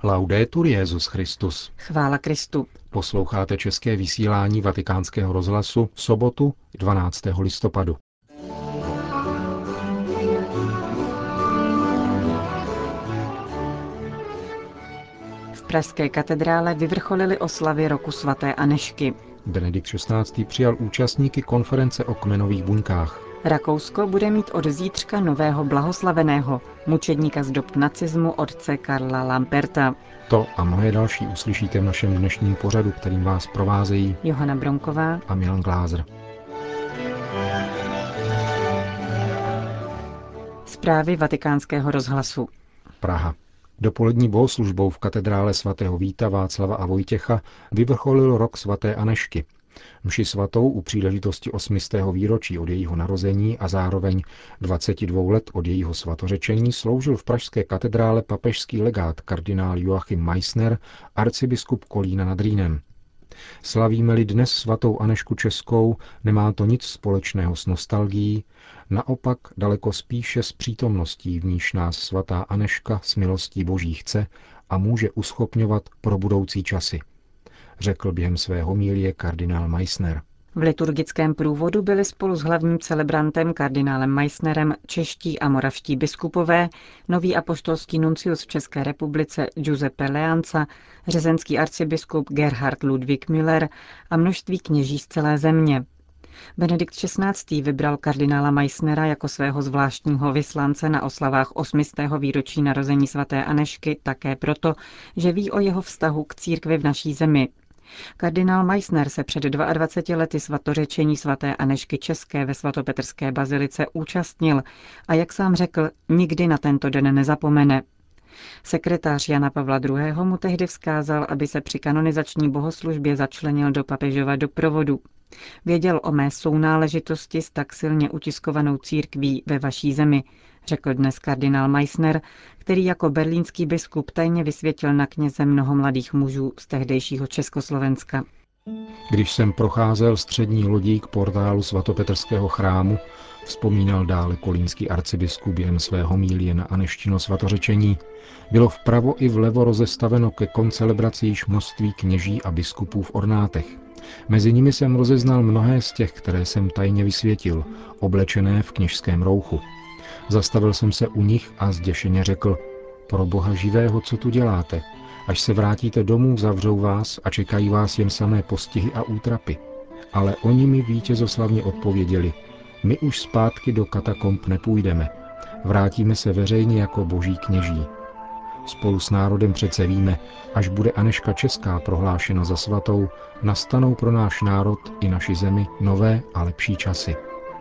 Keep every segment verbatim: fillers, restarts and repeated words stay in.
Laudetur Jesus Christus. Chvála Kristu. Posloucháte české vysílání Vatikánského rozhlasu v sobotu dvanáctého listopadu. V pražské katedrále vyvrcholily oslavy roku svaté Anežky. Benedikt šestnáctý. Přijal účastníky konference o kmenových buňkách. Rakousko bude mít od zítřka nového blahoslaveného, mučedníka z dob nacismu otce Karla Lamperta. To a mnohé další uslyšíte v našem dnešním pořadu, kterým vás provázejí Johana Bronková a Milan Glázer. Zprávy Vatikánského rozhlasu. Praha. Dopolední bohoslužbou v katedrále svatého Víta, Václava a Vojtěcha vyvrcholil rok svaté Anežky. Mši svatou u příležitosti osmistého výročí od jejího narození a zároveň dvaceti dvou let od jejího svatořečení sloužil v pražské katedrále papežský legát kardinál Joachim Meissner, arcibiskup Kolína nad Rýnem. Slavíme-li dnes svatou Anežku českou, nemá to nic společného s nostalgií, naopak daleko spíše s přítomností, v níž nás svatá Anežka s milostí Boží chce a může uschopňovat pro budoucí časy, řekl během své homilie kardinál Meissner. V liturgickém průvodu byli spolu s hlavním celebrantem kardinálem Meissnerem čeští a moravští biskupové, nový apoštolský nuncius v České republice Giuseppe Leanza, řezenský arcibiskup Gerhard Ludwig Müller a množství kněží z celé země. Benedikt šestnáctý. Vybral kardinála Meissnera jako svého zvláštního vyslance na oslavách osmistého výročí narození svaté Anežky také proto, že ví o jeho vztahu k církvi v naší zemi. Kardinál Meissner se před dvaceti dvěma lety svatořečení svaté Anežky české ve svatopetrské bazilice účastnil a jak sám řekl, nikdy na tento den nezapomene. Sekretář Jana Pavla druhého. mu tehdy vzkázal, aby se při kanonizační bohoslužbě začlenil do papežova doprovodu. Věděl o mé sounáležitosti s tak silně utiskovanou církví ve vaší zemi, řekl dnes kardinál Meissner, který jako berlínský biskup tajně vysvětil na kněze mnoho mladých mužů z tehdejšího Československa. Když jsem procházel střední lodí k portálu svatopetrského chrámu, vzpomínal dále kolínský arcibiskup během své homilie na Anežčino svatořečení, bylo vpravo i vlevo rozestaveno ke koncelebraci již množství kněží a biskupů v ornátech. Mezi nimi jsem rozeznal mnohé z těch, které jsem tajně vysvětil, oblečené v kněžském rouchu. Zastavil jsem se u nich a zděšeně řekl: pro Boha živého, co tu děláte? Až se vrátíte domů, zavřou vás a čekají vás jen samé postihy a útrapy. Ale oni mi vítězoslavně odpověděli: my už zpátky do katakomb nepůjdeme. Vrátíme se veřejně jako boží kněží. Spolu s národem přece víme, až bude Anežka česká prohlášena za svatou, nastanou pro náš národ i naši zemi nové a lepší časy.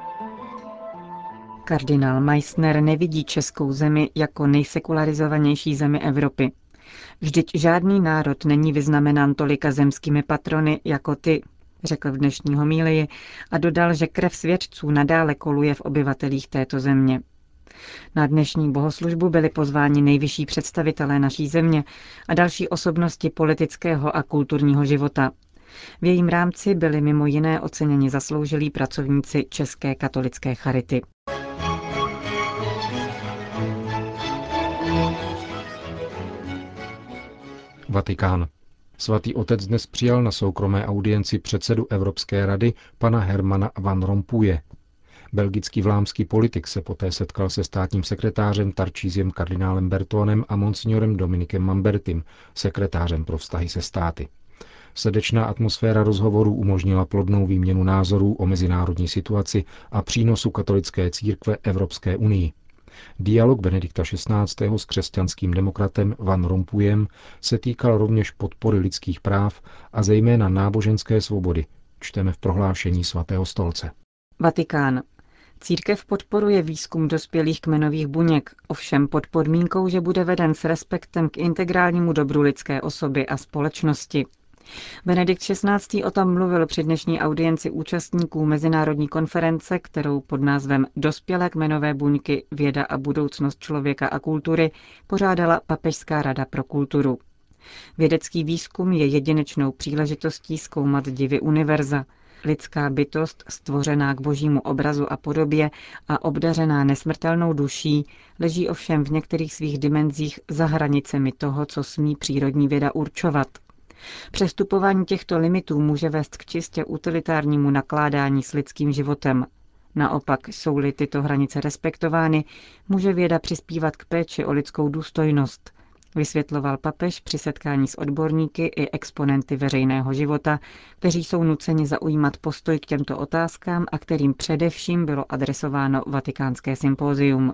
Kardinál Meissner nevidí českou zemi jako nejsekularizovanější zemi Evropy. Vždyť žádný národ není vyznamenán tolika zemskými patrony jako ty, řekl v dnešní homílii a dodal, že krev svědců nadále koluje v obyvatelích této země. Na dnešní bohoslužbu byli pozváni nejvyšší představitelé naší země a další osobnosti politického a kulturního života. V jejím rámci byli mimo jiné oceněni zasloužilí pracovníci České katolické charity. Vatikán. Svatý otec dnes přijal na soukromé audienci předsedu Evropské rady pana Hermana Van Rompuye. Belgický vlámský politik se poté setkal se státním sekretářem Tarcísiem kardinálem Bertonem a monsignorem Dominikem Mambertim, sekretářem pro vztahy se státy. Srdečná atmosféra rozhovorů umožnila plodnou výměnu názorů o mezinárodní situaci a přínosu katolické církve Evropské unii. Dialog Benedikta šestnáctého. S křesťanským demokratem Van Rompuyem se týkal rovněž podpory lidských práv a zejména náboženské svobody, čteme v prohlášení svatého stolce. Vatikán. Církev podporuje výzkum dospělých kmenových buněk, ovšem pod podmínkou, že bude veden s respektem k integrálnímu dobru lidské osoby a společnosti. Benedikt šestnáctý. O tom mluvil při dnešní audienci účastníků mezinárodní konference, kterou pod názvem Dospělé kmenové buňky, věda a budoucnost člověka a kultury pořádala Papežská rada pro kulturu. Vědecký výzkum je jedinečnou příležitostí zkoumat divy univerza. lidská bytost stvořená k božímu obrazu a podobě a obdařená nesmrtelnou duší, leží ovšem v některých svých dimenzích za hranicemi toho, co smí přírodní věda určovat. Přestupování těchto limitů může vést k čistě utilitárnímu nakládání s lidským životem. Naopak, jsou-li tyto hranice respektovány, může věda přispívat k péči o lidskou důstojnost, vysvětloval papež při setkání s odborníky i exponenty veřejného života, kteří jsou nuceni zaujímat postoj k těmto otázkám a kterým především bylo adresováno vatikánské sympózium.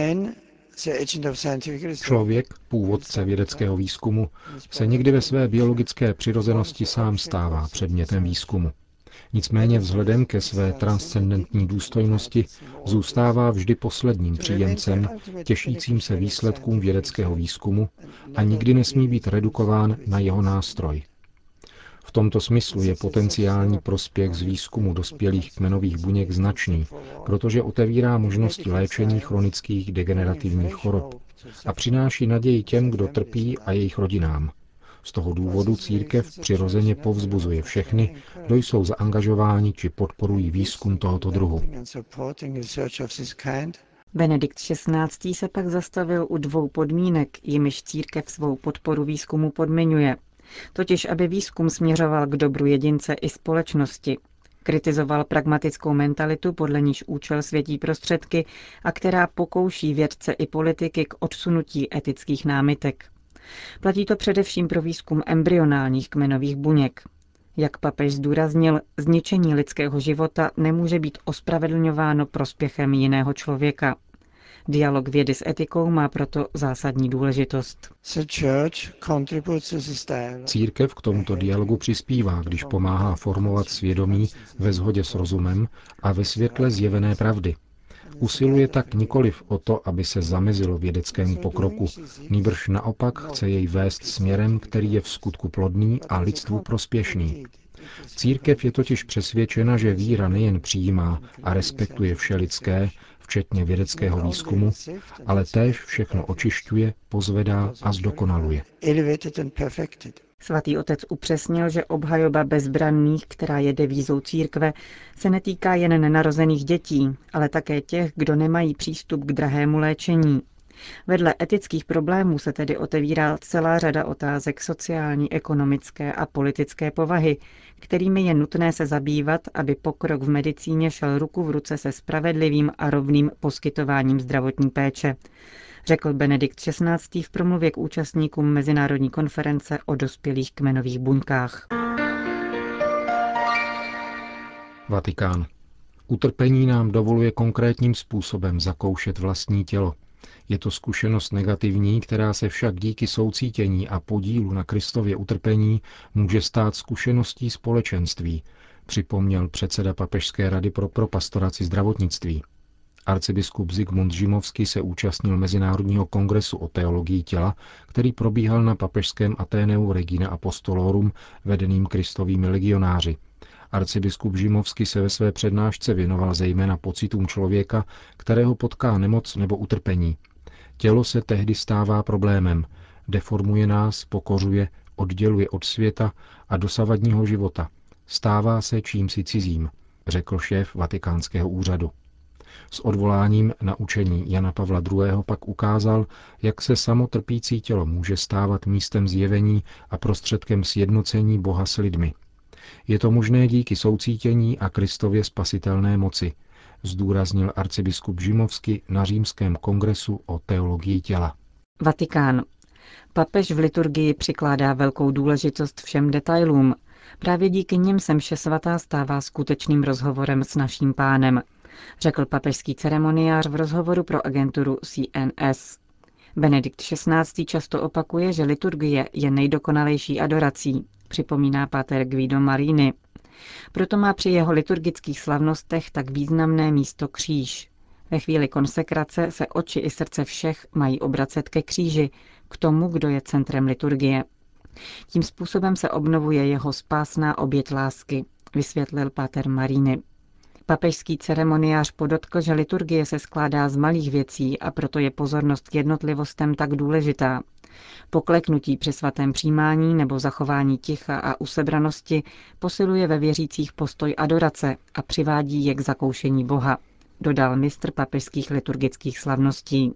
Člověk, původce vědeckého výzkumu, se někdy ve své biologické přirozenosti sám stává předmětem výzkumu. Nicméně vzhledem ke své transcendentní důstojnosti zůstává vždy posledním příjemcem, těšícím se výsledkům vědeckého výzkumu a nikdy nesmí být redukován na jeho nástroj. V tomto smyslu je potenciální prospěch z výzkumu dospělých kmenových buněk značný, protože otevírá možnosti léčení chronických degenerativních chorob a přináší naději těm, kdo trpí, a jejich rodinám. Z toho důvodu církev přirozeně povzbuzuje všechny, kdo jsou zaangažováni či podporují výzkum tohoto druhu. Benedikt šestnáctý se pak zastavil u dvou podmínek, jimiž církev svou podporu výzkumu podmiňuje. Totiž, aby výzkum směřoval k dobru jedince i společnosti. Kritizoval pragmatickou mentalitu, podle níž účel světí prostředky a která pokouší vědce i politiky k odsunutí etických námitek. Platí to především pro výzkum embryonálních kmenových buněk. Jak papež zdůraznil, zničení lidského života nemůže být ospravedlňováno prospěchem jiného člověka. Dialog vědy s etikou má proto zásadní důležitost. Církev k tomuto dialogu přispívá, když pomáhá formovat svědomí ve shodě s rozumem a ve světle zjevené pravdy. Usiluje tak nikoliv o to, aby se zamezilo vědeckému pokroku, nýbrž naopak chce jej vést směrem, který je v skutku plodný a lidstvu prospěšný. Církev je totiž přesvědčena, že víra nejen přijímá a respektuje vše lidské, včetně vědeckého výzkumu, ale též všechno očišťuje, pozvedá a zdokonaluje. Svatý otec upřesnil, že obhajoba bezbranných, která je devízou církve, se netýká jen nenarozených dětí, ale také těch, kdo nemají přístup k drahému léčení. Vedle etických problémů se tedy otevírá celá řada otázek sociální, ekonomické a politické povahy, kterými je nutné se zabývat, aby pokrok v medicíně šel ruku v ruce se spravedlivým a rovným poskytováním zdravotní péče, řekl Benedikt šestnáctý v promluvě k účastníkům Mezinárodní konference o dospělých kmenových buňkách. Vatikán. Utrpení nám dovoluje konkrétním způsobem zakoušet vlastní tělo. Je to zkušenost negativní, která se však díky soucítění a podílu na Kristově utrpení může stát zkušeností společenství, připomněl předseda Papežské rady pro propastoraci zdravotnictví. Arcibiskup Zygmunt Žimovský se účastnil Mezinárodního kongresu o teologii těla, který probíhal na papežském Ateneu Regina Apostolorum vedeným kristovými legionáři. Arcibiskup Žimovský se ve své přednášce věnoval zejména pocitům člověka, kterého potká nemoc nebo utrpení. Tělo se tehdy stává problémem, deformuje nás, pokořuje, odděluje od světa a dosavadního života. Stává se čímsi cizím, řekl šéf Vatikánského úřadu. S odvoláním na učení Jana Pavla druhého. pak ukázal, jak se samotrpící tělo může stávat místem zjevení a prostředkem sjednocení Boha s lidmi. Je to možné díky soucítění a Kristově spasitelné moci, zdůraznil arcibiskup Žimovský na Římském kongresu o teologii těla. Vatikán. Papež v liturgii přikládá velkou důležitost všem detailům. Právě díky nim se mše svatá stává skutečným rozhovorem s naším Pánem, řekl papežský ceremoniář v rozhovoru pro agenturu C N S. Benedikt šestnáctý. často opakuje, že liturgie je nejdokonalejší adorací, připomíná páter Guido Marini. Proto má při jeho liturgických slavnostech tak významné místo kříž. Ve chvíli konsekrace se oči i srdce všech mají obracet ke kříži, k tomu, kdo je centrem liturgie. Tím způsobem se obnovuje jeho spásná oběť lásky, vysvětlil páter Marini. Papežský ceremoniář podotkl, že liturgie se skládá z malých věcí a proto je pozornost k jednotlivostem tak důležitá. Pokleknutí při svatém přijímání nebo zachování ticha a usebranosti posiluje ve věřících postoj adorace a přivádí je k zakoušení Boha, dodal mistr papežských liturgických slavností.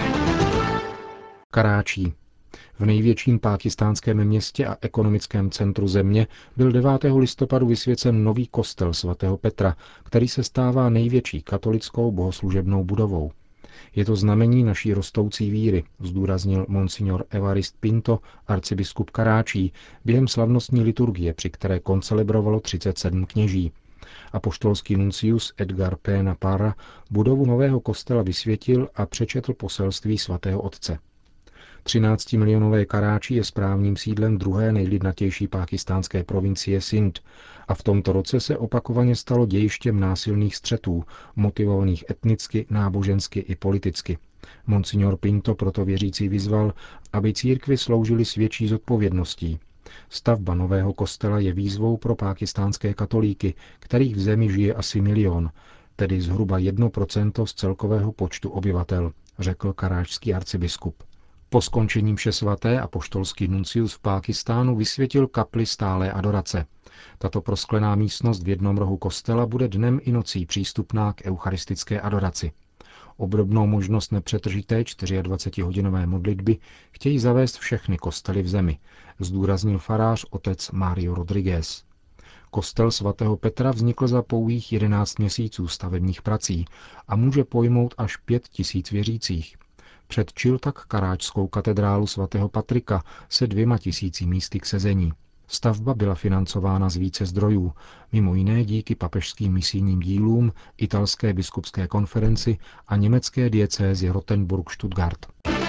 Karáčí. V největším pákistánském městě a ekonomickém centru země byl devátého listopadu vysvěcen nový kostel svatého Petra, který se stává největší katolickou bohoslužebnou budovou. Je to znamení naší rostoucí víry, zdůraznil monsignor Evarist Pinto, arcibiskup Karáčí, během slavnostní liturgie, při které koncelebrovalo třicet sedm kněží. Apoštolský nuncius Edgar P. Napara budovu nového kostela vysvětil a přečetl poselství svatého otce. třináctimilionové Karáčí je správním sídlem druhé nejlidnatější pákistánské provincie Sindh a v tomto roce se opakovaně stalo dějištěm násilných střetů, motivovaných etnicky, nábožensky i politicky. Monsignor Pinto proto věřící vyzval, aby církvi sloužily s větší zodpovědností. Stavba nového kostela je výzvou pro pákistánské katolíky, kterých v zemi žije asi milion, tedy zhruba jedno procento z celkového počtu obyvatel, řekl karáčský arcibiskup. Po skončení mše svaté apoštolský nuncius v Pákistánu vysvětil kapli stálé adorace. Tato prosklená místnost v jednom rohu kostela bude dnem i nocí přístupná k eucharistické adoraci. Obdobnou možnost nepřetržité dvacetičtyřhodinové modlitby chtějí zavést všechny kostely v zemi, zdůraznil farář otec Mario Rodriguez. Kostel svatého Petra vznikl za pouhých jedenáct měsíců stavebních prací a může pojmout až pět tisíc věřících. Předčil tak karáčskou katedrálu svatého Patrika se dvěma tisíci místy k sezení. Stavba byla financována z více zdrojů, mimo jiné díky papežským misijním dílům, italské biskupské konferenci a německé diecézi Rottenburg-Stuttgart.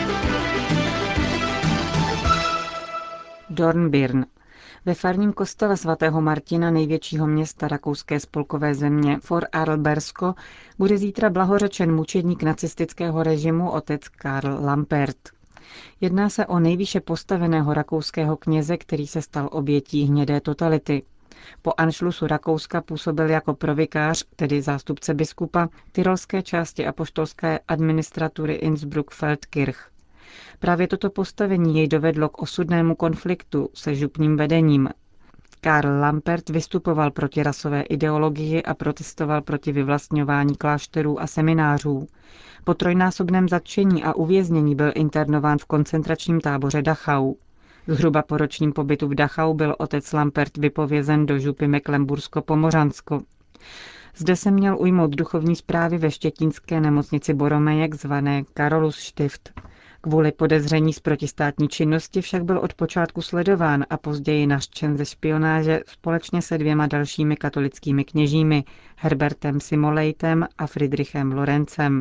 Dornbirn. Ve farním kostele svatého Martina, největšího města rakouské spolkové země Vorarlbersko, bude zítra blahořečen mučedník nacistického režimu otec Karl Lampert. Jedná se o nejvýše postaveného rakouského kněze, který se stal obětí hnědé totality. Po anšlusu Rakouska působil jako provikář, tedy zástupce biskupa, tyrolské části apoštolské administratury Innsbruck-Feldkirch. Právě toto postavení jej dovedlo k osudnému konfliktu se župním vedením. Karl Lampert vystupoval proti rasové ideologii a protestoval proti vyvlastňování klášterů a seminářů. Po trojnásobném zatčení a uvěznění byl internován v koncentračním táboře Dachau. Zhruba po ročním pobytu v Dachau byl otec Lampert vypovězen do župy Mecklenbursko-Pomořansko. Zde se měl ujmout duchovní správy ve štětínské nemocnici Boromejek zvané Karolus Stift. Kvůli podezření z protistátní činnosti však byl od počátku sledován a později nařčen ze špionáže společně se dvěma dalšími katolickými kněžími, Herbertem Simolejtem a Friedrichem Lorencem.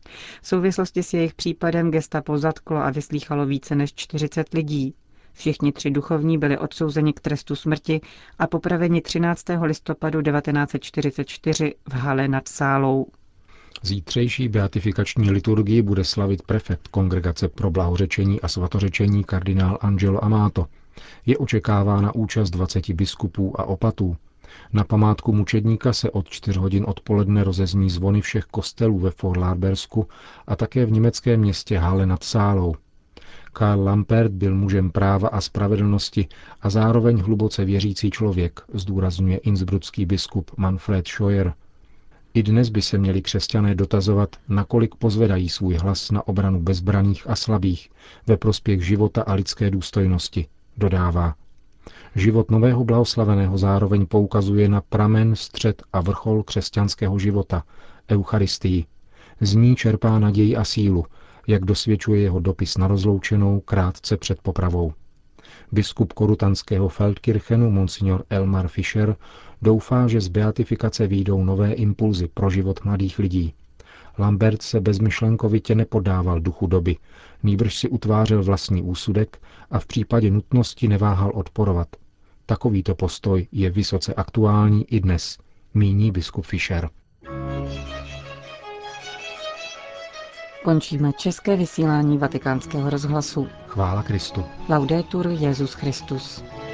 V souvislosti s jejich případem gestapo zatklo a vyslýchalo více než čtyřicet lidí. Všichni tři duchovní byli odsouzeni k trestu smrti a popraveni třináctého listopadu devatenáct set čtyřicet čtyři v Halle nad Sálou. Zítřejší beatifikační liturgii bude slavit prefekt Kongregace pro blahořečení a svatořečení kardinál Angelo Amato. Je očekávána účast dvaceti biskupů a opatů. Na památku mučedníka se od čtyř hodin odpoledne rozezní zvony všech kostelů ve Vorarlbersku a také v německém městě Halle nad Sálou. Karl Lampert byl mužem práva a spravedlnosti a zároveň hluboce věřící člověk, zdůrazňuje innsbrucký biskup Manfred Scheuer. I dnes by se měli křesťané dotazovat, nakolik pozvedají svůj hlas na obranu bezbraných a slabých ve prospěch života a lidské důstojnosti, dodává. Život nového blahoslaveného zároveň poukazuje na pramen, střed a vrchol křesťanského života, Eucharistii. Z ní čerpá naději a sílu, jak dosvědčuje jeho dopis na rozloučenou krátce před popravou. Biskup korutanského Feldkirchenu monsignor Elmar Fischer doufá, že z beatifikace vyjdou nové impulzy pro život mladých lidí. Lambert se bezmyšlenkovitě nepodával duchu doby, nýbrž si utvářel vlastní úsudek a v případě nutnosti neváhal odporovat. Takovýto postoj je vysoce aktuální i dnes, míní biskup Fischer. Končíme české vysílání Vatikánského rozhlasu. Chvála Kristu. Laudetur Jesus Christus.